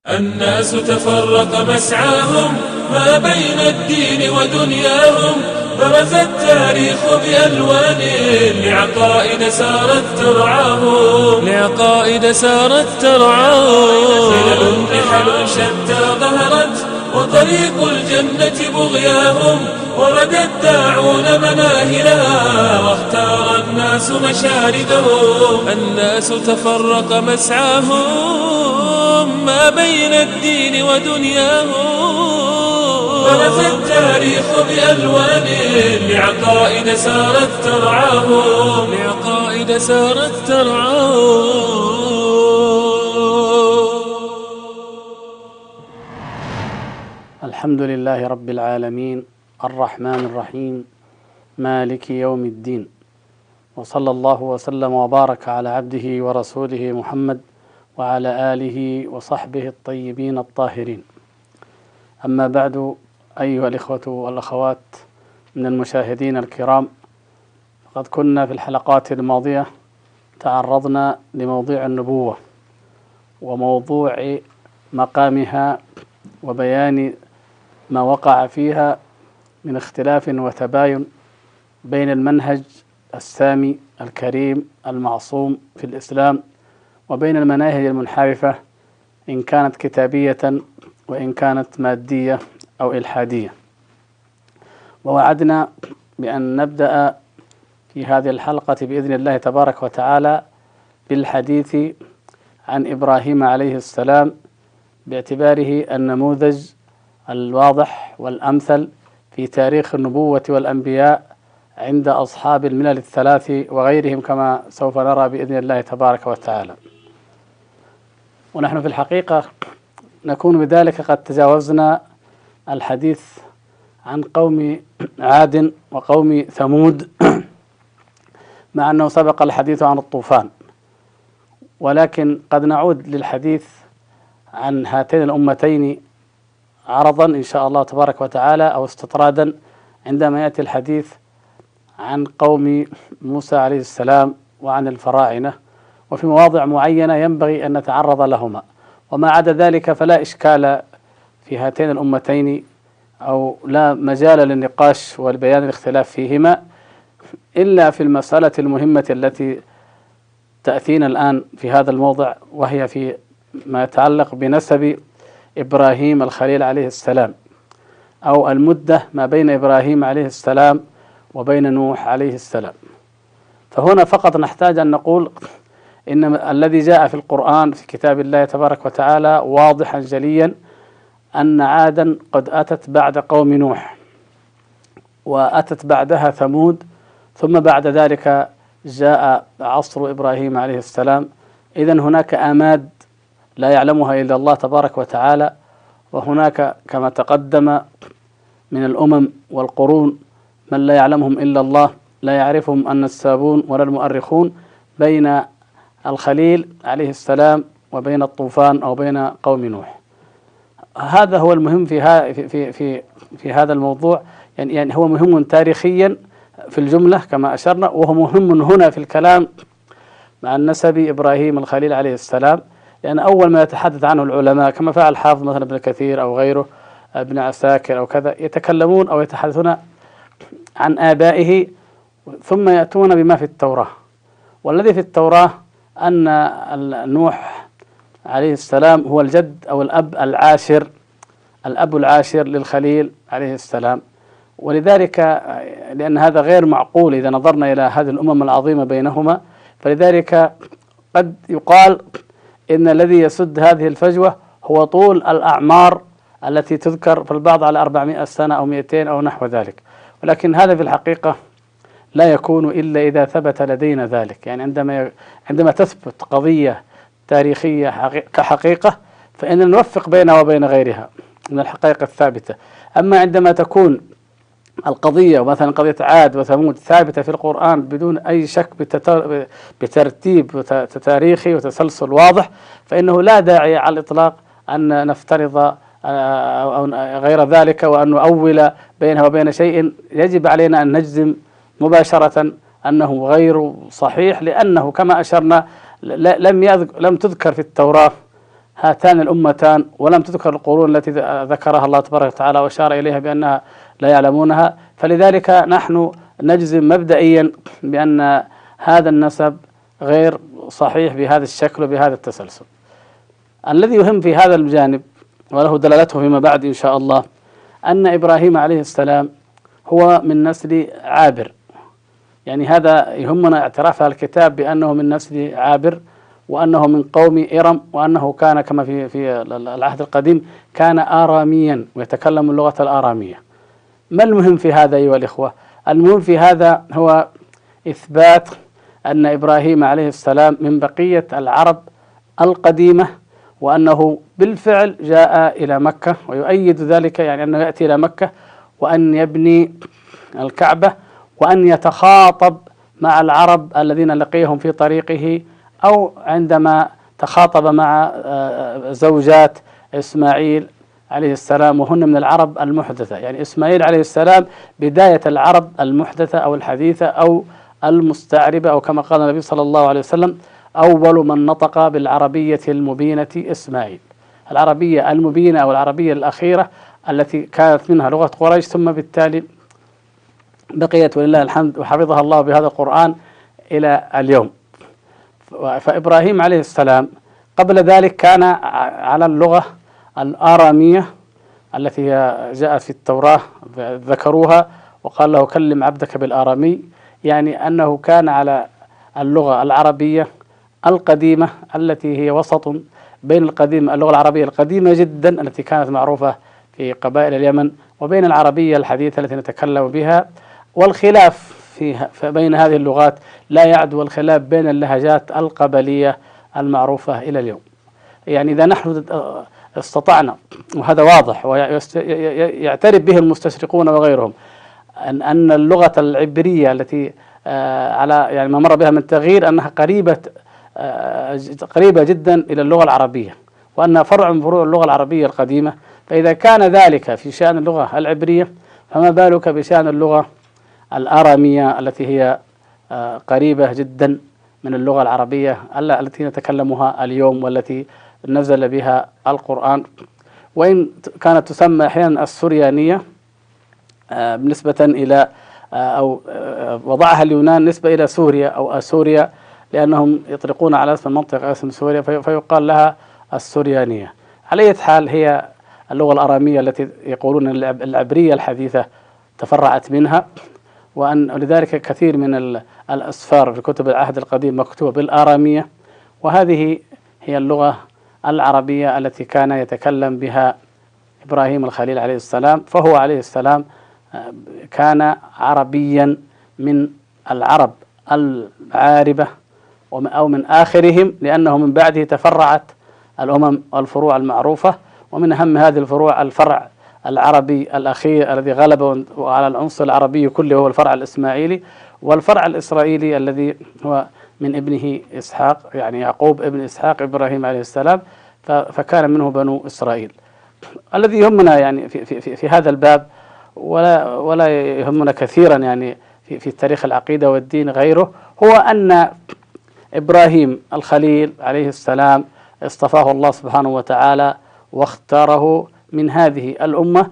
الناس تفرق مسعاهم ما بين الدين ودنياهم، برز التاريخ بألوان لعقائد سارت ترعاهم خلل نحل شتى ظهرت وطريق الجنة بغياهم، ورد الداعون مناهلها واختار الناس مشاردهم. الناس تفرق مسعاهم ما بين الدين ودنياهم، برز التاريخ بألوان لعقائد سارت ترعاهم. الحمد لله رب العالمين الرحمن الرحيم مالك يوم الدين، وصلى الله وسلم وبارك على عبده ورسوله محمد وعلى آله وصحبه الطيبين الطاهرين. أما بعد، أيها الإخوة والأخوات من المشاهدين الكرام، قد كنا في الحلقات الماضية تعرضنا لموضوع النبوة وموضوع مقامها وبيان ما وقع فيها من اختلاف وتباين بين المنهج السامي الكريم المعصوم في الإسلام وبين المناهج المنحرفة، إن كانت كتابية وإن كانت مادية أو إلحادية. ووعدنا بأن نبدأ في هذه الحلقة بإذن الله تبارك وتعالى بالحديث عن إبراهيم عليه السلام باعتباره النموذج الواضح والأمثل في تاريخ النبوة والأنبياء عند أصحاب الملل الثلاث وغيرهم، كما سوف نرى بإذن الله تبارك وتعالى. ونحن في الحقيقة نكون بذلك قد تجاوزنا الحديث عن قوم عاد وقوم ثمود مع أنه سبق الحديث عن الطوفان، ولكن قد نعود للحديث عن هاتين الأمتين عرضا إن شاء الله تبارك وتعالى أو استطرادا عندما يأتي الحديث عن قوم موسى عليه السلام وعن الفراعنة، وفي مواضع معينة ينبغي أن نتعرض لهما. وما عدا ذلك فلا إشكال في هاتين الأمتين أو لا مجال للنقاش والبيان الاختلاف فيهما، إلا في المسألة المهمة التي تأتينا الآن في هذا الموضع، وهي في ما يتعلق بنسب إبراهيم الخليل عليه السلام، أو المدة ما بين إبراهيم عليه السلام وبين نوح عليه السلام. فهنا فقط نحتاج أن نقول إن الذي جاء في القرآن في كتاب الله تبارك وتعالى واضحا جليا أن عادا قد أتت بعد قوم نوح، وأتت بعدها ثمود، ثم بعد ذلك جاء عصر إبراهيم عليه السلام. إذن هناك آماد لا يعلمها إلا الله تبارك وتعالى، وهناك كما تقدم من الأمم والقرون من لا يعلمهم إلا الله، لا يعرفهم النسابون ولا المؤرخون، بين الخليل عليه السلام وبين الطوفان أو بين قوم نوح. هذا هو المهم في هذا الموضوع، يعني هو مهم تاريخيا في الجملة كما أشرنا، وهو مهم هنا في الكلام مع النسب إبراهيم الخليل عليه السلام، لأن أول ما يتحدث عنه العلماء كما فعل الحافظ مثلا ابن كثير أو غيره ابن عساكر أو كذا، يتكلمون أو يتحدثون عن آبائه ثم يأتون بما في التوراة. والذي في التوراة أن نوح عليه السلام هو الجد أو الأب العاشر للخليل عليه السلام. ولذلك لأن هذا غير معقول إذا نظرنا إلى هذه الأمم العظيمة بينهما، فلذلك قد يقال إن الذي يسد هذه الفجوة هو طول الأعمار التي تذكر في البعض على 400 سنة أو 200 أو نحو ذلك. ولكن هذا في الحقيقة لا يكون إلا إذا ثبت لدينا ذلك، يعني عندما تثبت قضية تاريخية كحقيقة فإننا نوفق بينها وبين غيرها من الحقائق الثابتة. أما عندما تكون القضية مثلا قضية عاد وثمود ثابتة في القرآن بدون أي شك بترتيب تاريخي وتسلسل واضح، فإنه لا داعي على الإطلاق أن نفترض أو غير ذلك وأن نؤول بينها وبين شيء يجب علينا أن نجزم مباشرة أنه غير صحيح، لأنه كما أشرنا لم تذكر في التوراة هاتان الأمتان، ولم تذكر القرون التي ذكرها الله تبارك وتعالى وأشار إليها بأنها لا يعلمونها. فلذلك نحن نجزم مبدئيا بأن هذا النسب غير صحيح بهذا الشكل وبهذا التسلسل. الذي يهم في هذا الجانب وله دلالته فيما بعد إن شاء الله أن إبراهيم عليه السلام هو من نسل عابر، يعني هذا يهمنا اعتراف الكتاب بأنه من نسل عابر، وأنه من قوم إرم، وأنه كان كما في العهد القديم كان آراميا ويتكلم اللغة الآرامية. ما المهم في هذا أيها الإخوة؟ المهم في هذا هو إثبات أن إبراهيم عليه السلام من بقية العرب القديمة، وأنه بالفعل جاء إلى مكة، ويؤيد ذلك يعني أنه يأتي إلى مكة وأن يبني الكعبة وأن يتخاطب مع العرب الذين لقيهم في طريقه، أو عندما تخاطب مع زوجات إسماعيل عليه السلام وهن من العرب المحدثة. يعني إسماعيل عليه السلام بداية العرب المحدثة أو الحديثة أو المستعربة، أو كما قال النبي صلى الله عليه وسلم: أول من نطق بالعربية المبينة إسماعيل. العربية المبينة أو العربية الأخيرة التي كانت منها لغة قريش، ثم بالتالي بقيت ولله الحمد وحفظها الله بهذا القرآن إلى اليوم. فإبراهيم عليه السلام قبل ذلك كان على اللغة الآرامية التي جاءت في التوراة، ذكروها وقال له: كلم عبدك بالآرامي، يعني أنه كان على اللغة العربية القديمة التي هي وسط بين اللغة العربية القديمة جدا التي كانت معروفة في قبائل اليمن، وبين العربية الحديثة التي نتكلم بها. والخلاف بين هذه اللغات لا يعدو الخلاف بين اللهجات القبلية المعروفة إلى اليوم. يعني إذا نحن استطعنا، وهذا واضح ويعترف به المستشرقون وغيرهم، أن اللغة العبرية التي على يعني ما مر بها من تغيير أنها قريبة جدا إلى اللغة العربية، وأنها فرع من فروع اللغة العربية القديمة. فإذا كان ذلك في شأن اللغة العبرية، فما بالك بشأن اللغة الآرامية التي هي قريبة جدا من اللغة العربية التي نتكلمها اليوم والتي نزل بها القرآن، وإن كانت تسمى أحيانا السريانية بالنسبة إلى أو وضعها اليونان نسبة إلى سوريا أو أسوريا، لأنهم يطلقون على اسم المنطقة اسم سوريا فيقال لها السريانية. على أي حال هي اللغة الآرامية التي يقولون العبرية الحديثة تفرعت منها، ولذلك كثير من الأسفار في كتب العهد القديم مكتوبة بالآرامية، وهذه هي اللغة العربية التي كان يتكلم بها إبراهيم الخليل عليه السلام. فهو عليه السلام كان عربيا من العرب العاربة أو من آخرهم، لأنه من بعده تفرعت الأمم والفروع المعروفة، ومن أهم هذه الفروع الفرع العربي الأخير الذي غلب على العنصر العربي كله، هو الفرع الإسماعيلي، والفرع الإسرائيلي الذي هو من ابنه إسحاق، يعني يعقوب ابن إسحاق إبراهيم عليه السلام، فكان منه بنو إسرائيل. الذي يهمنا يعني في هذا الباب ولا يهمنا كثيرا يعني في تاريخ العقيدة والدين غيره، هو أن إبراهيم الخليل عليه السلام اصطفاه الله سبحانه وتعالى واختاره من هذه الأمة،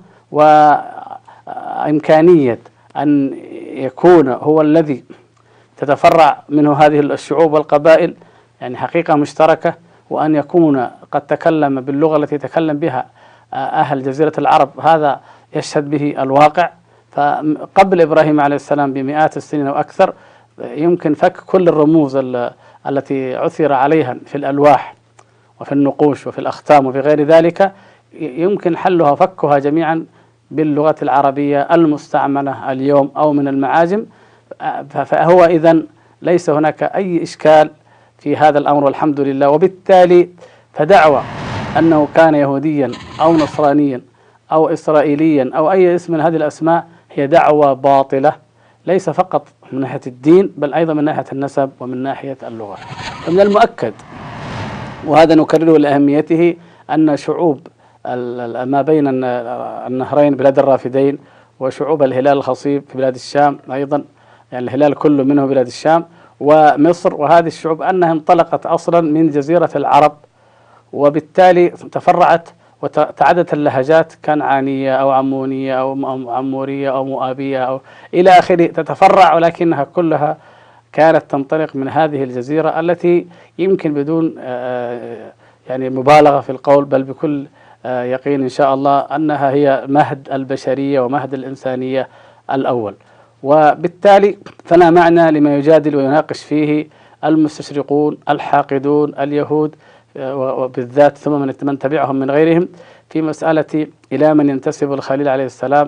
وإمكانية أن يكون هو الذي تتفرع منه هذه الشعوب والقبائل يعني حقيقة مشتركة، وأن يكون قد تكلم باللغة التي تكلم بها أهل جزيرة العرب، هذا يشهد به الواقع. فقبل إبراهيم عليه السلام بمئات السنين وأكثر يمكن فك كل الرموز التي عثر عليها في الألواح وفي النقوش وفي الأختام وفي غير ذلك، يمكن حلها فكها جميعا باللغة العربية المستعملة اليوم أو من المعاجم. فهو إذن ليس هناك أي إشكال في هذا الأمر والحمد لله. وبالتالي فدعوى أنه كان يهوديا أو نصرانيا أو إسرائيليا أو أي اسم من هذه الأسماء هي دعوى باطلة، ليس فقط من ناحية الدين بل أيضا من ناحية النسب ومن ناحية اللغة. ومن المؤكد، وهذا نكرره لأهميته، أن شعوب ما بين النهرين بلاد الرافدين وشعوب الهلال الخصيب في بلاد الشام أيضا، يعني الهلال كله منه بلاد الشام ومصر، وهذه الشعوب أنها انطلقت أصلا من جزيرة العرب وبالتالي تفرعت وتعددت اللهجات، كنعانية أو عمونية أو عمورية أو مؤابية أو إلى آخره، تتفرع، ولكنها كلها كانت تنطلق من هذه الجزيرة التي يمكن بدون يعني مبالغة في القول، بل بكل يقين إن شاء الله أنها هي مهد البشرية ومهد الإنسانية الأول. وبالتالي فلا معنى لما يجادل ويناقش فيه المستشرقون الحاقدون اليهود وبالذات، ثم من تبعهم من غيرهم، في مسألة إلى من ينتسب الخليل عليه السلام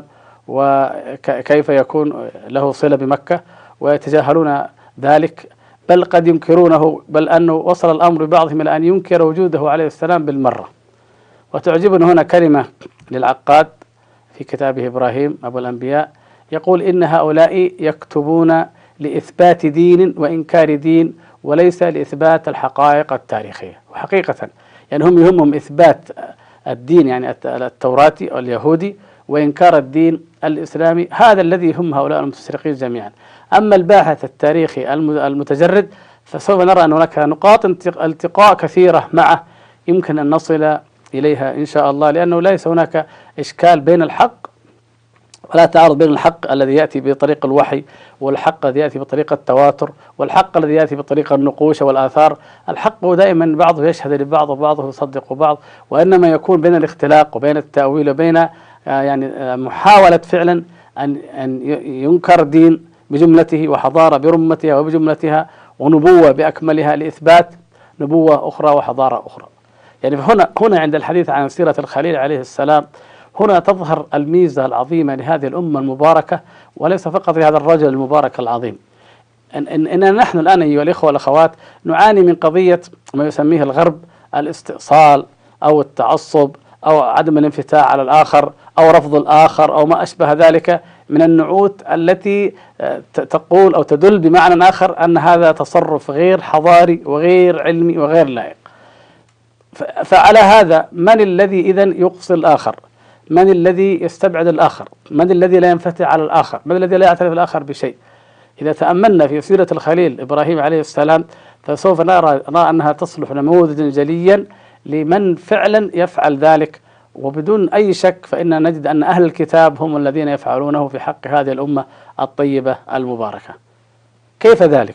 وكيف يكون له صلة بمكة، ويتجاهلون ذلك، بل قد ينكرونه، بل أنه وصل الأمر ببعضهم إلى أن ينكر وجوده عليه السلام بالمرة. وتعجبني هنا كلمة للعقاد في كتابه إبراهيم أبو الأنبياء، يقول إن هؤلاء يكتبون لإثبات دين وإنكار دين وليس لإثبات الحقائق التاريخية. وحقيقة يعني هم يهمهم إثبات الدين يعني التوراتي أو اليهودي وإنكار الدين الإسلامي، هذا الذي يهم هؤلاء المستشرقين جميعا. أما الباحث التاريخي المتجرد فسوف نرى أن هناك نقاط التقاء كثيرة معه يمكن أن نصل إليها إن شاء الله، لأنه ليس هناك إشكال بين الحق ولا تعارض بين الحق الذي يأتي بطريق الوحي والحق الذي يأتي بطريقة التواتر والحق الذي يأتي بطريقة النقوش والآثار. الحق دائما بعضه يشهد لبعض وبعضه يصدق بعض، وإنما يكون بين الاختلاق وبين التأويل وبين يعني محاولة فعلا أن ينكر دين بجملته وحضارة برمتها وبجملتها ونبوة بأكملها لإثبات نبوة أخرى وحضارة أخرى. يعني هنا عند الحديث عن سيرة الخليل عليه السلام هنا تظهر الميزة العظيمة لهذه الأمة المباركة، وليس فقط لهذا الرجل المبارك العظيم. إننا نحن الآن أيها الإخوة والأخوات نعاني من قضية ما يسميه الغرب الاستئصال أو التعصب أو عدم الانفتاح على الآخر أو رفض الآخر أو ما أشبه ذلك من النعوت التي تقول أو تدل بمعنى آخر أن هذا تصرف غير حضاري وغير علمي وغير لائق. فعلى هذا من الذي إذن يقصي الآخر؟ من الذي يستبعد الآخر؟ من الذي لا ينفتح على الآخر؟ من الذي لا يعترف الآخر بشيء؟ إذا تأملنا في سيرة الخليل إبراهيم عليه السلام فسوف نرى أنها تصلح نموذجا جليا لمن فعلا يفعل ذلك، وبدون أي شك فإننا نجد أن أهل الكتاب هم الذين يفعلونه في حق هذه الأمة الطيبة المباركة. كيف ذلك؟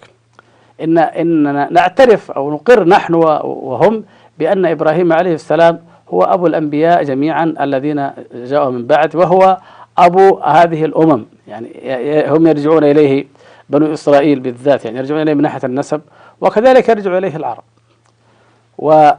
إننا نعترف أو نقر نحن وهم بأن إبراهيم عليه السلام هو أبو الأنبياء جميعا الذين جاءوا من بعد، وهو أبو هذه الأمم. يعني هم يرجعون إليه بنو إسرائيل بالذات، يعني يرجعون إليه من ناحية النسب، وكذلك يرجع إليه العرب. وفي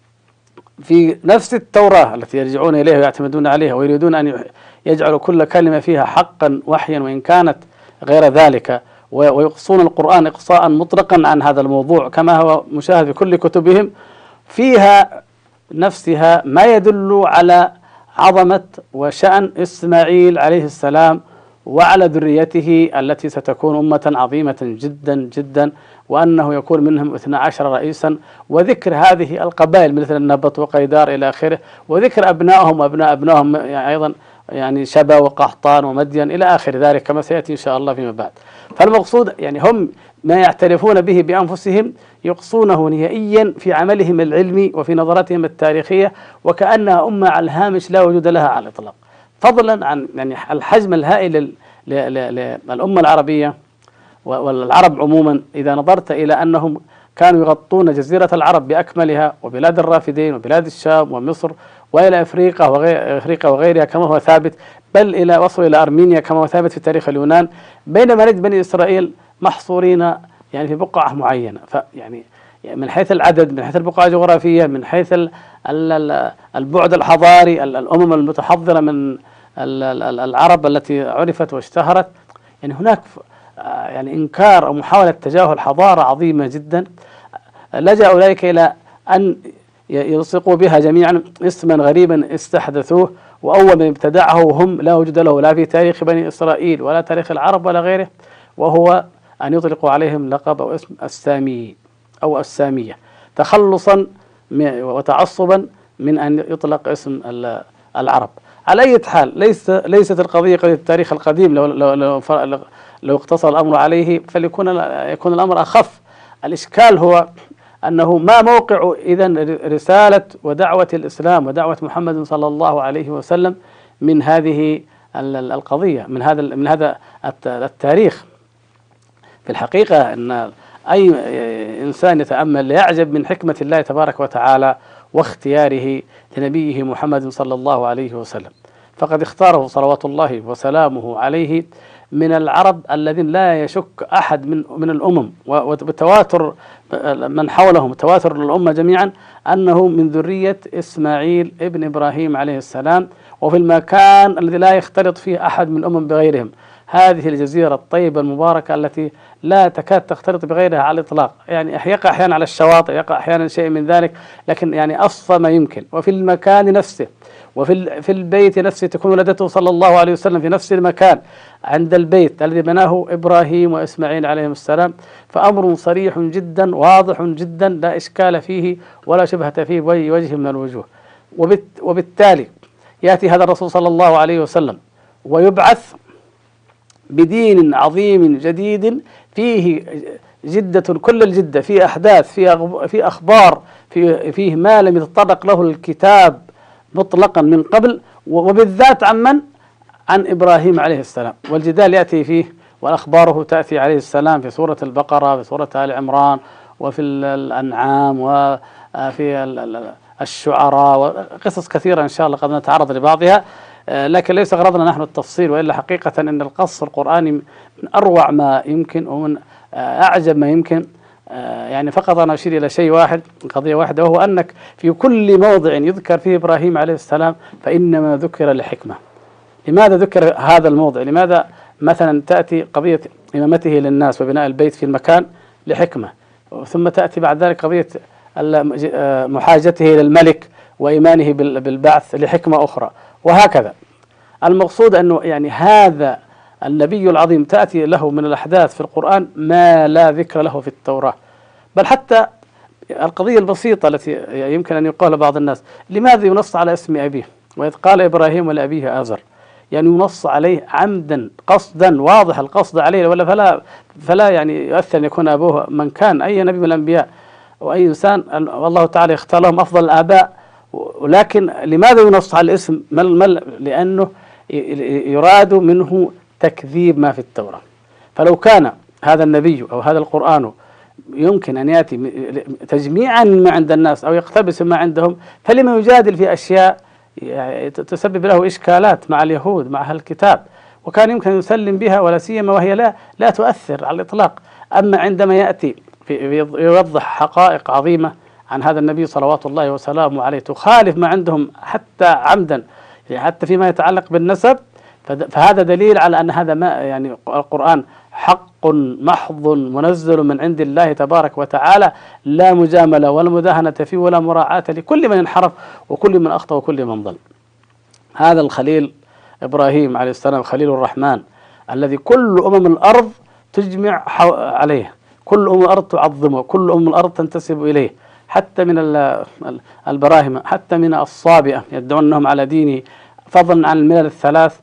نفس التوراة التي يرجعون إليها ويعتمدون عليها ويريدون أن يجعلوا كل كلمة فيها حقا وحيا وإن كانت غير ذلك، ويقصون القرآن إقصاء مطلقا عن هذا الموضوع كما هو مشاهد في كل كتبهم، فيها نفسها ما يدل على عظمة وشأن إسماعيل عليه السلام وعلى ذريته التي ستكون أمة عظيمة جدا جدا، وأنه يكون منهم 12 رئيسا، وذكر هذه القبائل مثل النبط وقيدار إلى آخره، وذكر أبنائهم وأبناء أبنائهم يعني أيضا يعني شبا وقحطان ومدين إلى آخر ذلك كما سيأتي إن شاء الله فيما بعد. فالمقصود يعني هم ما يعترفون به بأنفسهم يقصونه نهائيا في عملهم العلمي وفي نظرتهم التاريخية، وكأنها أمة على الهامش لا وجود لها على الإطلاق، فضلا عن يعني الحجم الهائل للأمة العربية والعرب عموما. إذا نظرت إلى أنهم كانوا يغطون جزيرة العرب بأكملها وبلاد الرافدين وبلاد الشام ومصر وإلى أفريقيا وغيرها كما هو ثابت، بل إلى وصلوا إلى أرمينيا كما هو ثابت في تاريخ اليونان، بينما نجد بني إسرائيل محصورين يعني في بقعة معينة. فيعني من حيث العدد، من حيث البقعة الجغرافية، من حيث البعد الحضاري، الأمم المتحضرة من العرب التي عرفت واشتهرت، يعني هناك يعني إنكار أو محاولة تجاهل حضارة عظيمة جدا لجأ أولئك إلى أن يلصقوا بها جميعا اسما غريبا استحدثوه، وأول من ابتدعه هم لا وجود له لا في تاريخ بني إسرائيل ولا تاريخ العرب ولا غيره، وهو أن يطلقوا عليهم لقب أو اسم السامي أو السامية، تخلصا وتعصبا من أن يطلق اسم العرب. على أي حال ليست القضية قضية التاريخ القديم، لو اقتصر الأمر عليه يكون الأمر أخف. الإشكال هو أنه ما موقع إذن رسالة ودعوة الإسلام ودعوة محمد صلى الله عليه وسلم من هذه القضية، من هذا التاريخ. في الحقيقة أن أي إنسان يتأمل يعجب من حكمة الله تبارك وتعالى واختياره لنبيه محمد صلى الله عليه وسلم، فقد اختاره صلوات الله وسلامه عليه من العرب الذين لا يشك أحد من الأمم وبتواتر من حولهم، تواتر الأمة جميعا، أنه من ذرية إسماعيل ابن إبراهيم عليه السلام، وفي المكان الذي لا يختلط فيه أحد من الأمم بغيرهم، هذه الجزيرة الطيبة المباركة التي لا تكاد تختلط بغيرها على الإطلاق. يعني يقع أحيانا على الشواطئ، يقع أحيانا شيء من ذلك، لكن يعني أصفى ما يمكن. وفي المكان نفسه وفي البيت نفسه تكون ولادته صلى الله عليه وسلم في نفس المكان عند البيت الذي بناه إبراهيم وإسماعيل عليهم السلام. فأمر صريح جدا واضح جدا لا إشكال فيه ولا شبهة فيه بأي وجه من الوجوه. وبالتالي يأتي هذا الرسول صلى الله عليه وسلم ويبعث بدين عظيم جديد فيه جدة كل الجدة، فيه أحداث، فيه أخبار، فيه ما لم يتطرق له الكتاب مطلقا من قبل، وبالذات عن إبراهيم عليه السلام. والجدال يأتي فيه وأخباره تأتي عليه السلام في سورة البقرة، في سورة آل عمران، وفي الأنعام، وفي الشعراء، وقصص كثيرة إن شاء الله قد نتعرض لبعضها، لكن ليس غرضنا نحن التفصيل، وإلا حقيقة أن القص القرآني من أروع ما يمكن ومن أعجب ما يمكن. يعني فقط أنا أشير إلى شيء واحد، قضية واحدة، وهو أنك في كل موضع يذكر فيه إبراهيم عليه السلام فإنما ذكر لحكمة. لماذا ذكر هذا الموضع؟ لماذا مثلا تأتي قضية إمامته للناس وبناء البيت في المكان لحكمة، ثم تأتي بعد ذلك قضية محاجته للملك وإيمانه بالبعث لحكمة أخرى، وهكذا. المقصود أنه يعني هذا النبي العظيم تأتي له من الأحداث في القرآن ما لا ذكر له في التوراة. بل حتى القضية البسيطة التي يمكن أن يقال بعض الناس، لماذا ينص على اسم أبيه؟ وإذ قال إبراهيم لأبيه آزر، يعني ينص عليه عمدا قصدا واضح القصد عليه، ولا فلا يعني يؤثر أن يكون أبوه من كان أي نبي من الأنبياء وأي إنسان والله تعالى يختار لهم أفضل الآباء. ولكن لماذا ينص على الاسم؟ لأنه يراد منه تكذيب ما في التوراة. فلو كان هذا النبي أو هذا القرآن يمكن أن يأتي تجميعا ما عند الناس أو يقتبس ما عندهم، فلما يجادل في أشياء تسبب له إشكالات مع اليهود مع أهل الكتاب، وكان يمكن أن يسلم بها، ولا سيما وهي لا تؤثر على الإطلاق. أما عندما يأتي يوضح حقائق عظيمة عن هذا النبي صلوات الله وسلامه عليه تخالف ما عندهم حتى عمدا، يعني حتى فيما يتعلق بالنسب، فهذا دليل على أن هذا ما يعني القرآن حق محض منزل من عند الله تبارك وتعالى، لا مجاملة ولا مداهنة فيه ولا مراعاة لكل من انحرف وكل من أخطأ وكل من ضل. هذا الخليل إبراهيم عليه السلام خليل الرحمن الذي كل الأرض تجمع عليه، كل الأرض تعظمه، كل الأرض تنتسب إليه، حتى من البراهمة، حتى من الصابئة يدعون أنهم على دينه، فضلا عن الملل الثلاث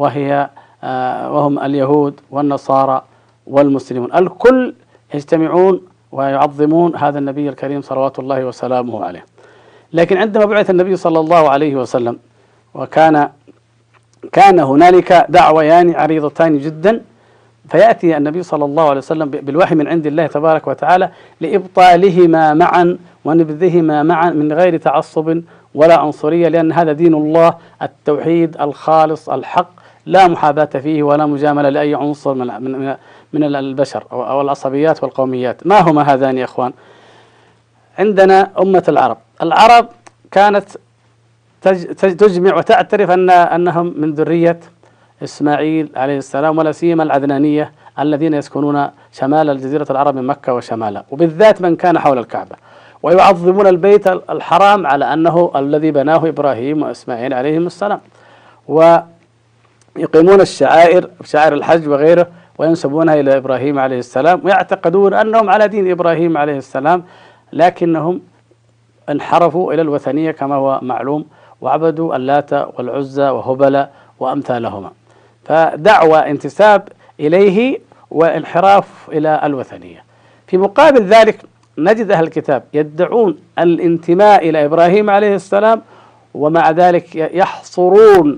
وهم اليهود والنصارى والمسلمون، الكل يجتمعون ويعظمون هذا النبي الكريم صلوات الله وسلامه عليه. لكن عندما بعث النبي صلى الله عليه وسلم وكان هنالك دعويان عريضتان جدا، فيأتي النبي صلى الله عليه وسلم بالوحي من عند الله تبارك وتعالى لإبطالهما معا ونبذهما معا من غير تعصب ولا عنصرية، لأن هذا دين الله التوحيد الخالص الحق، لا محاباة فيه ولا مجاملة لأي عنصر من البشر أو العصبيات والقوميات. ما هما هذان يا أخوان؟ عندنا أمة العرب كانت تجمع وتعترف أنهم من ذرية إسماعيل عليه السلام، ولا سيما العدنانية الذين يسكنون شمال الجزيرة العرب من مكة وشمالها، وبالذات من كان حول الكعبة، ويعظمون البيت الحرام على أنه الذي بناه إبراهيم وإسماعيل عليهم السلام، ويقيمون الشعائر الحج وغيره وينسبونها إلى إبراهيم عليه السلام، ويعتقدون أنهم على دين إبراهيم عليه السلام، لكنهم انحرفوا إلى الوثنية كما هو معلوم، وعبدوا اللات والعزى وهبل وأمثالهما. فدعوى انتساب إليه وانحراف إلى الوثنية. في مقابل ذلك نجد أهل الكتاب يدعون الانتماء إلى إبراهيم عليه السلام، ومع ذلك يحصرون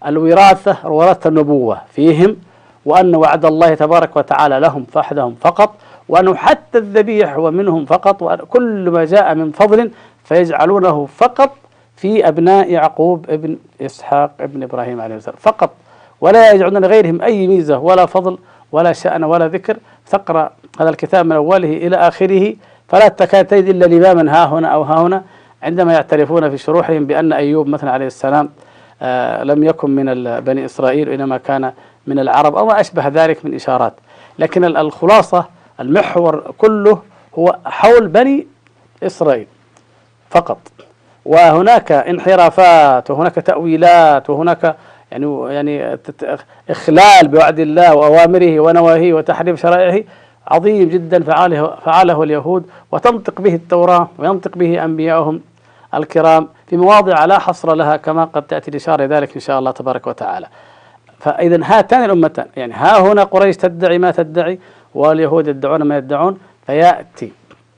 وراثة النبوة فيهم، وأن وعد الله تبارك وتعالى لهم فحدهم فقط، وأنه حتى الذبيح هو منهم فقط، وكل ما جاء من فضل فيجعلونه فقط في أبناء يعقوب ابن إسحاق ابن إبراهيم عليه السلام فقط، ولا يجعلون لغيرهم أي ميزة ولا فضل ولا شأن ولا ذكر. تقرأ هذا الكتاب من أوله إلى آخره فلا تكاد تجد إلا لماما ها هنا أو ها هنا عندما يعترفون في شروحهم بأن أيوب مثلا عليه السلام لم يكن من بني إسرائيل، وإنما كان من العرب أو ما أشبه ذلك من إشارات. لكن الخلاصة المحور كله هو حول بني إسرائيل فقط، وهناك انحرافات وهناك تأويلات وهناك يعني إخلال بوعد الله وأوامره ونواهيه وتحريف شرائعه عظيم جدا فعله اليهود، وتنطق به التوراة وينطق به أنبياؤهم الكرام في مواضع لا حصر لها، كما قد تأتي الإشارة ذلك إن شاء الله تبارك وتعالى. فإذا هاتان الأمتان، يعني ها هنا قريش تدعي ما تدعي واليهود يدعون ما يدعون، فيأتي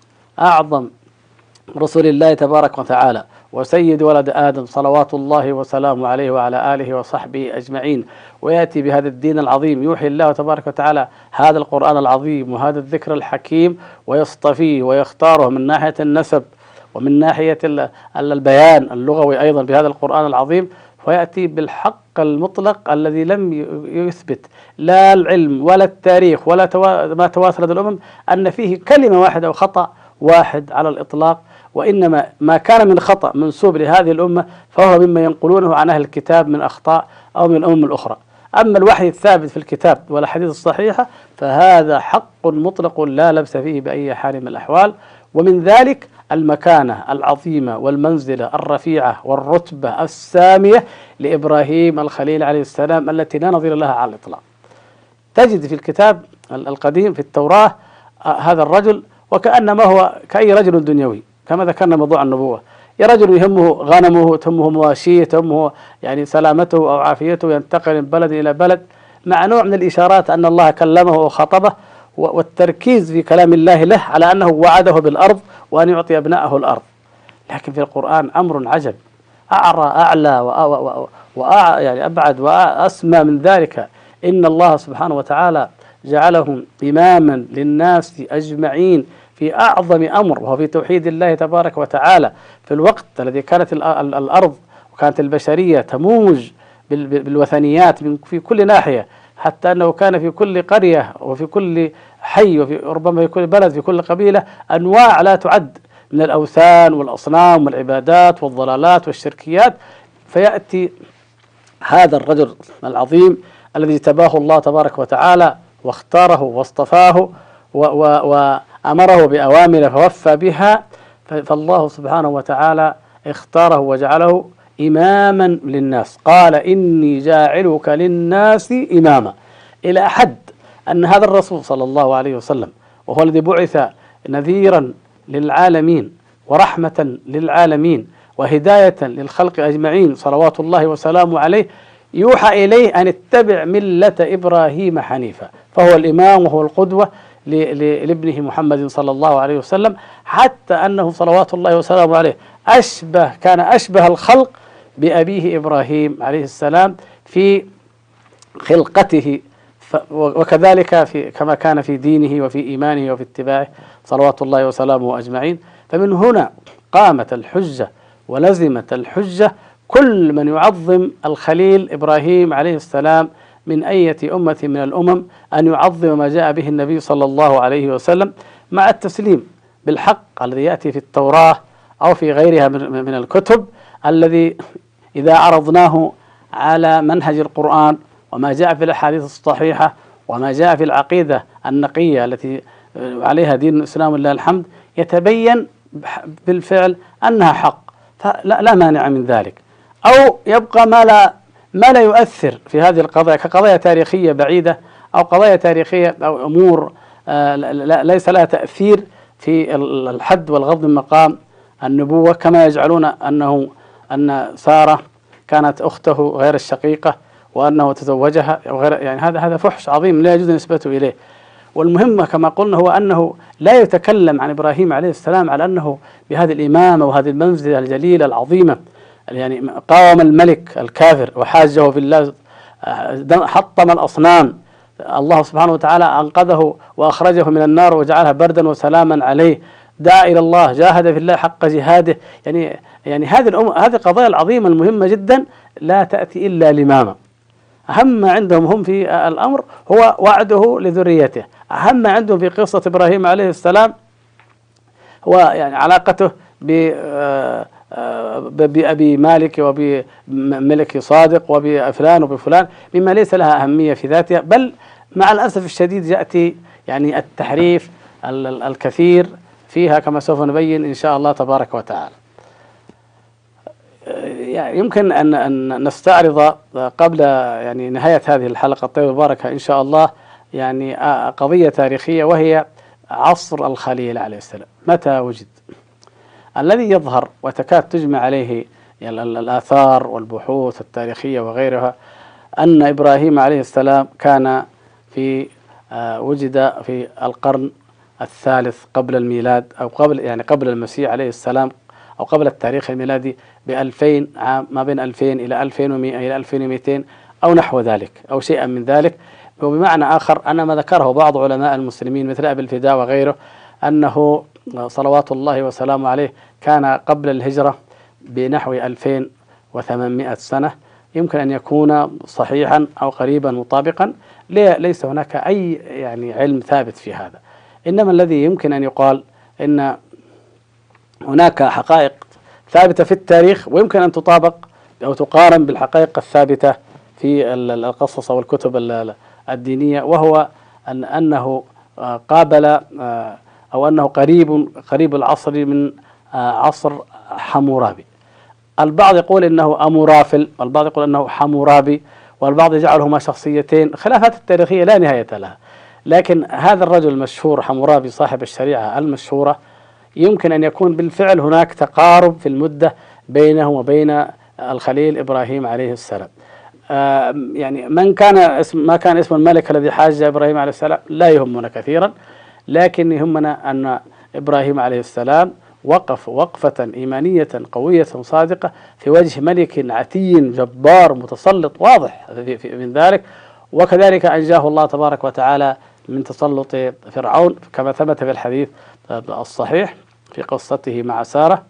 أعظم رسول الله تبارك وتعالى وسيد ولد آدم صلوات الله وسلامه عليه وعلى آله وصحبه أجمعين، ويأتي بهذا الدين العظيم، يوحي الله تبارك وتعالى هذا القرآن العظيم وهذا الذكر الحكيم، ويصطفيه ويختاره من ناحية النسب ومن ناحية البيان اللغوي أيضا بهذا القرآن العظيم، ويأتي بالحق المطلق الذي لم يثبت لا العلم ولا التاريخ ولا ما تواترت الأمم أن فيه كلمة واحدة أو خطأ واحد على الإطلاق، وإنما ما كان من خطأ منسوب لهذه الأمة فهو مما ينقلونه عن أهل الكتاب من أخطاء أو من الأمم الأخرى. أما الوحي الثابت في الكتاب والحديث الصحيحة فهذا حق مطلق لا لبس فيه بأي حال من الأحوال، ومن ذلك المكانة العظيمة والمنزلة الرفيعة والرتبة السامية لإبراهيم الخليل عليه السلام التي لا نظير لها على الإطلاق. تجد في الكتاب القديم في التوراة هذا الرجل وكأنما هو كأي رجل دنيوي، كما ذكرنا موضوع النبوة، يا رجل يهمه غنمه، تهمه مواشيه، تهمه يعني سلامته أو عافيته، ينتقل من بلد إلى بلد مع نوع من الإشارات أن الله كلمه وخاطبه، والتركيز في كلام الله له على أنه وعده بالأرض وأن يعطي أبنائه الأرض. لكن في القرآن أمر عجب، أعلى يعني أبعد وأسمى من ذلك. إن الله سبحانه وتعالى جعلهم إماما للناس أجمعين في أعظم أمر، وهو في توحيد الله تبارك وتعالى، في الوقت الذي كانت الأرض وكانت البشرية تموج بالوثنيات في كل ناحية، حتى أنه كان في كل قرية وفي كل حي وفي ربما في كل بلد في كل قبيلة أنواع لا تعد من الأوثان والأصنام والعبادات والضلالات والشركيات. فيأتي هذا الرجل العظيم الذي اجتباه الله تبارك وتعالى واختاره واصطفاه وأمره بأوامر فوفى بها، فالله سبحانه وتعالى اختاره وجعله إماما للناس. قال إني جاعلك للناس إماما، إلى حد أن هذا الرسول صلى الله عليه وسلم وهو الذي بعث نذيرا للعالمين ورحمة للعالمين وهداية للخلق أجمعين صلوات الله وسلامه عليه، يوحى إليه أن اتبع ملة إبراهيم حنيفا، فهو الإمام وهو القدوة لابنه محمد صلى الله عليه وسلم، حتى أنه صلوات الله وسلامه عليه كان أشبه الخلق بأبيه إبراهيم عليه السلام في خلقته، وكذلك كما كان في دينه وفي إيمانه وفي اتباعه صلوات الله وسلامه أجمعين. فمن هنا قامت الحجة ولزمت الحجة كل من يعظم الخليل إبراهيم عليه السلام من أية أمة من الأمم أن يعظم ما جاء به النبي صلى الله عليه وسلم، مع التسليم بالحق الذي يأتي في التوراة أو في غيرها من الكتب، الذي إذا عرضناه على منهج القرآن وما جاء في الأحاديث الصحيحة وما جاء في العقيدة النقية التي عليها دين الإسلام لله الحمد، يتبين بالفعل أنها حق، فلا مانع من ذلك. أو يبقى ما لا يؤثر في هذه القضايا كقضايا تاريخية بعيدة أو قضايا تاريخية أو أمور ليس لها تأثير في الحد والغض من مقام النبوة، كما يجعلون أن سارة كانت أخته غير الشقيقة وأنه تزوجها، يعني هذا فحش عظيم لا يجوز نسبته إليه. والمهم كما قلنا هو أنه لا يتكلم عن إبراهيم عليه السلام على أنه بهذه الإمامة وهذه المنزلة الجليلة العظيمة، يعني قاوم الملك الكافر وحاجه في الله، حطم الأصنام، الله سبحانه وتعالى أنقذه وأخرجه من النار وجعلها بردا وسلاما عليه، دعا إلى الله، جاهد في الله حق جهاده. يعني هذه القضايا العظيمة المهمة جدا لا تأتي إلا لماما. أهم ما عندهم هم في الأمر هو وعده لذريته، أهم ما عندهم في قصة إبراهيم عليه السلام هو يعني علاقته بأبي مالك وبملك صادق وبفلان وبفلان، مما ليس لها أهمية في ذاتها، بل مع الأسف الشديد يأتي يعني التحريف الكثير فيها كما سوف نبين إن شاء الله تبارك وتعالى. يعني يمكن أن نستعرض قبل يعني نهاية هذه الحلقة الطيبة المباركة إن شاء الله يعني قضية تاريخية، وهي عصر الخليل عليه السلام. متى وجد؟ الذي يظهر وتكاد تجمع عليه يعني الآثار والبحوث التاريخية وغيرها أن إبراهيم عليه السلام كان وجد في القرن الثالث قبل الميلاد، أو قبل المسيح عليه السلام، أو قبل التاريخ الميلادي ب2000 عام، ما بين 2000 إلى 2100 إلى 2200 أو نحو ذلك أو شيئا من ذلك. وبمعنى آخر أن ما ذكره بعض علماء المسلمين مثل أبي الفداء وغيره أنه صلوات الله وسلامه عليه كان قبل الهجرة بنحو 2800 سنة. يمكن أن يكون صحيحا أو قريبا مطابقا، ليس هناك أي يعني علم ثابت في هذا، إنما الذي يمكن أن يقال إن هناك حقائق ثابتة في التاريخ ويمكن أن تطابق أو تقارن بالحقائق الثابتة في القصص والكتب الدينية، وهو أنه قابل أو أنه قريب العصر من عصر حمورابي. البعض يقول إنه أمورافل، والبعض يقول إنه حمورابي، والبعض يجعلهما شخصيتين. خلافات التاريخية لا نهاية لها، لكن هذا الرجل المشهور حمورابي صاحب الشريعة المشهورة يمكن أن يكون بالفعل هناك تقارب في المدة بينه وبين الخليل إبراهيم عليه السلام. يعني ما كان اسم الملك الذي حاج إبراهيم عليه السلام لا يهمنا كثيرا، لكن يهمنا أن إبراهيم عليه السلام وقف وقفة إيمانية قوية صادقة في وجه ملك عتي جبار متسلط واضح من ذلك، وكذلك أنجاه الله تبارك وتعالى من تسلط فرعون كما ثبت في الحديث الصحيح في قصته مع سارة.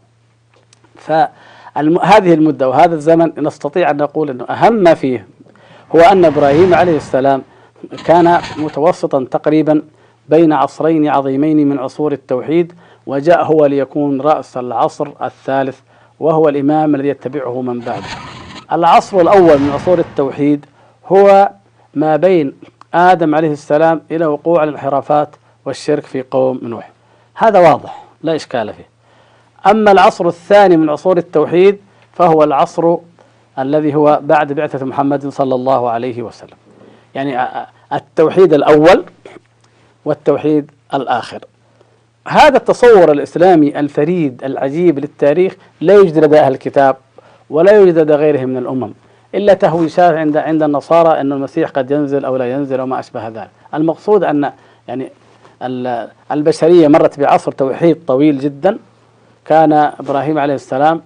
فهذه المدة وهذا الزمن نستطيع أن نقول أنه أهم ما فيه هو أن إبراهيم عليه السلام كان متوسطا تقريبا بين عصرين عظيمين من عصور التوحيد، وجاء هو ليكون رأس العصر الثالث وهو الإمام الذي يتبعه من بعده. العصر الأول من عصور التوحيد هو ما بين آدم عليه السلام إلى وقوع الانحرافات والشرك في قوم نوح، هذا واضح لا إشكال فيه. أما العصر الثاني من عصور التوحيد فهو العصر الذي هو بعد بعثة محمد صلى الله عليه وسلم، يعني التوحيد الأول والتوحيد الآخر. هذا التصور الإسلامي الفريد العجيب للتاريخ لا يوجد لدى أهل الكتاب ولا يوجد لدى غيرهم من الأمم، إلا تهويشات عند النصارى أن المسيح قد ينزل أو لا ينزل وما أشبه ذلك. المقصود أن يعني البشرية مرت بعصر توحيد طويل جدا. كان إبراهيم عليه السلام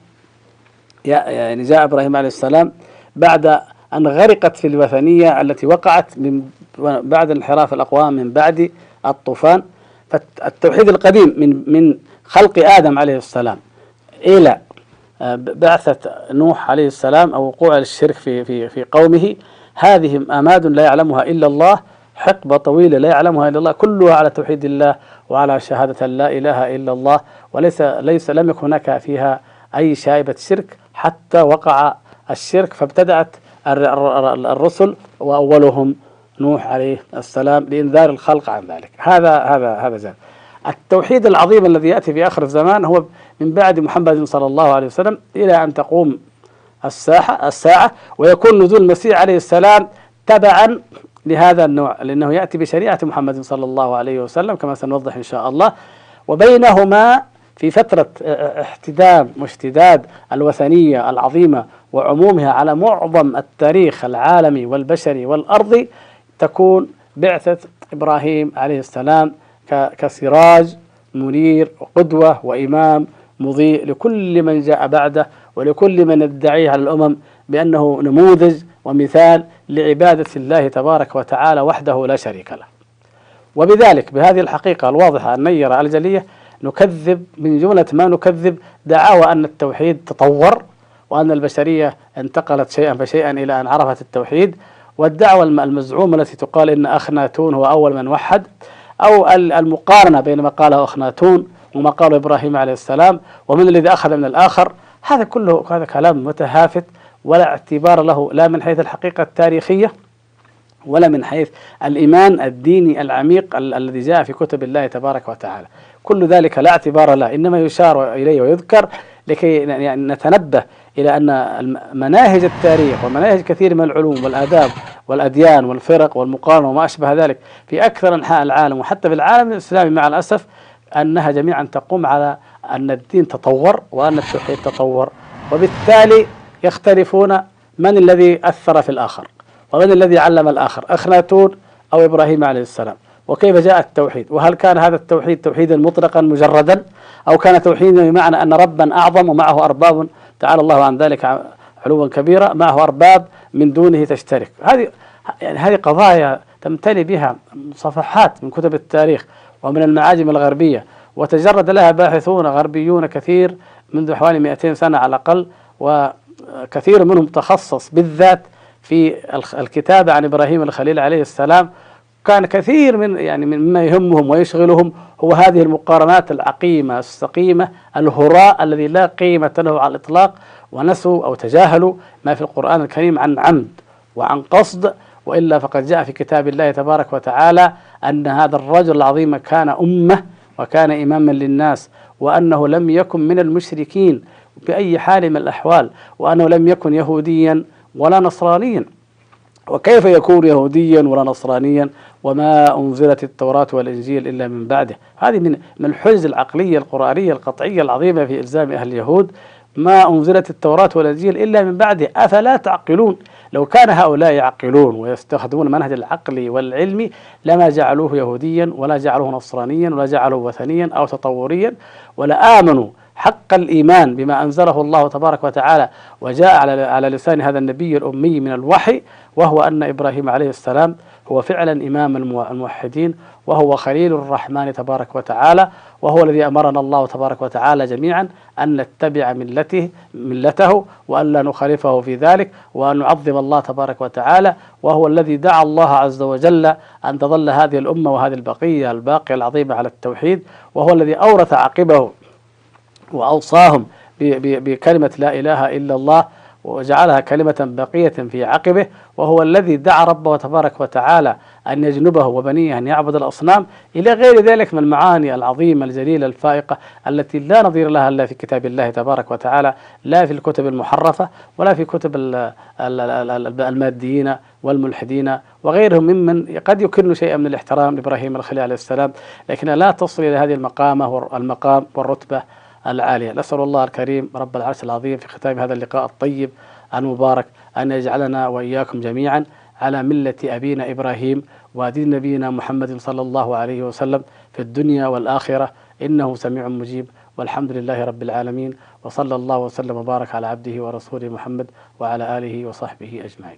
يعني جاء إبراهيم عليه السلام بعد أن غرقت في الوثنية التي وقعت بعد انحراف الأقوام من بعد الطوفان. فالتوحيد القديم من خلق آدم عليه السلام إلى بعثة نوح عليه السلام أو وقوع الشرك في قومه، هذه آماد لا يعلمها إلا الله، حقبة طويلة لا يعلمها إلا الله، كلها على توحيد الله وعلى شهادة لا إله إلا الله، لم يكن هناك فيها أي شائبة شرك حتى وقع الشرك، فابتدأت الرسل وأولهم نوح عليه السلام لإنذار الخلق عن ذلك. هذا زال. التوحيد العظيم الذي يأتي في آخر الزمان هو من بعد محمد صلى الله عليه وسلم إلى أن تقوم الساعة ويكون نزول المسيح عليه السلام تبعا لهذا النوع، لأنه يأتي بشريعة محمد صلى الله عليه وسلم كما سنوضح إن شاء الله. وبينهما في فترة احتدام واشتداد الوثنية العظيمة وعمومها على معظم التاريخ العالمي والبشري والأرضي تكون بعثة إبراهيم عليه السلام كسراج منير وقدوة وإمام مضيء لكل من جاء بعده ولكل من يدعيه على الأمم بأنه نموذج ومثال لعبادة الله تبارك وتعالى وحده لا شريك له. وبذلك بهذه الحقيقة الواضحة النيرة الجلية نكذب من جملة ما نكذب دعاوى أن التوحيد تطور وأن البشرية انتقلت شيئا فشيئا إلى أن عرفت التوحيد، والدعوة المزعومة التي تقال إن أخناتون هو أول من وحد، أو المقارنة بين ما قاله أخناتون وما قاله إبراهيم عليه السلام ومن الذي أخذ من الآخر. هذا كله هذا كلام متهافت ولا اعتبار له لا من حيث الحقيقة التاريخية ولا من حيث الإيمان الديني العميق الذي جاء في كتب الله تبارك وتعالى. كل ذلك لا اعتبار له، إنما يشار إليه ويذكر لكي نتنبه إلى أن مناهج التاريخ ومناهج كثير من العلوم والآداب والأديان والفرق والمقارنة وما أشبه ذلك في أكثر أنحاء العالم وحتى في العالم الإسلامي مع الأسف أنها جميعا تقوم على أن الدين تطور وأن التوحيد تطور، وبالتالي يختلفون من الذي أثر في الآخر ومن الذي علم الآخر، أخناتون أو إبراهيم عليه السلام، وكيف جاء التوحيد، وهل كان هذا التوحيد توحيدا مطلقا مجردا أو كان توحيدا بمعنى أن ربا أعظم ومعه أرباب تعالى الله عن ذلك علوا كبيرا معه أرباب من دونه تشترك. هذه قضايا تمتلي بها صفحات من كتب التاريخ ومن المعاجم الغربية، وتجرد لها باحثون غربيون كثير منذ حوالي 200 سنة على الأقل، وكثير منهم تخصص بالذات في الكتابة عن إبراهيم الخليل عليه السلام. كان كثير مما يهمهم ويشغلهم هو هذه المقارنات العقيمة السقيمة الهراء الذي لا قيمة له على الإطلاق، ونسوا أو تجاهلوا ما في القرآن الكريم عن عمد وعن قصد، وإلا فقد جاء في كتاب الله تبارك وتعالى أن هذا الرجل العظيم كان أمة وكان إماما للناس، وأنه لم يكن من المشركين بأي حال من الأحوال، وأنه لم يكن يهوديا ولا نصرانيا. وكيف يكون يهوديا ولا نصرانيا وما أنزلت التوراة والإنجيل إلا من بعده؟ هذه من الحجج العقلية القرآنية القطعية العظيمة في إلزام أهل اليهود، ما أنزلت التوراة والإنجيل إلا من بعده، أفلا تعقلون؟ لو كان هؤلاء يعقلون ويستخدمون منهج العقل والعلم لما جعلوه يهوديا ولا جعلوه نصرانيا ولا جعلوه وثنيا أو تطوريا، ولا آمنوا حق الإيمان بما أنزله الله تبارك وتعالى وجاء على لسان هذا النبي الأمي من الوحي، وهو أن إبراهيم عليه السلام هو فعلا إمام الموحدين وهو خليل الرحمن تبارك وتعالى، وهو الذي أمرنا الله تبارك وتعالى جميعا أن نتبع ملته وأن لا نخالفه في ذلك وأن نعظم الله تبارك وتعالى، وهو الذي دعا الله عز وجل أن تظل هذه الأمة وهذه البقية الباقية العظيمة على التوحيد، وهو الذي أورث عقبه وأوصاهم بكلمة لا إله إلا الله وجعلها كلمة بقية في عقبه، وهو الذي دعا ربه تبارك وتعالى أن يجنبه وبنيه أن يعبد الأصنام، إلى غير ذلك من المعاني العظيمة الجليلة الفائقة التي لا نظير لها إلا في كتاب الله تبارك وتعالى، لا في الكتب المحرفة ولا في كتب الماديين والملحدين وغيرهم ممن قد يكن شيئا من الاحترام لإبراهيم الخليل عليه السلام، لكنها لا تصل إلى هذه المقام والرتبة العالية. نسأل الله الكريم رب العرش العظيم في ختام هذا اللقاء الطيب المبارك أن يجعلنا وإياكم جميعا على ملة أبينا إبراهيم ودين نبينا محمد صلى الله عليه وسلم في الدنيا والآخرة، إنه سميع مجيب، والحمد لله رب العالمين، وصلى الله وسلم وبارك على عبده ورسوله محمد وعلى آله وصحبه أجمعين.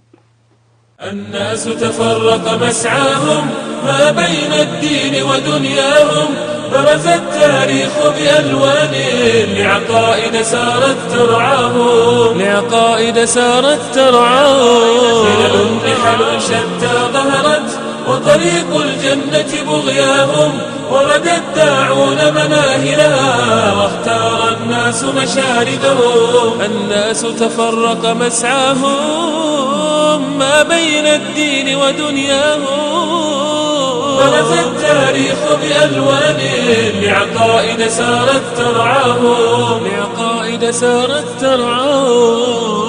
الناس تفرق مسعاهم ما بين الدين ودنياهم، برز التاريخ بألوان لعقائد سارت ترعاهم خلل نحل شتى ظهرت وطريق الجنة بغياهم، ورد الداعون مناهلها واختار الناس مشاردهم. الناس تفرق مسعاهم ما بين الدين ودنياهم، برز التاريخ بألوان لعقائد سارت ترعاهم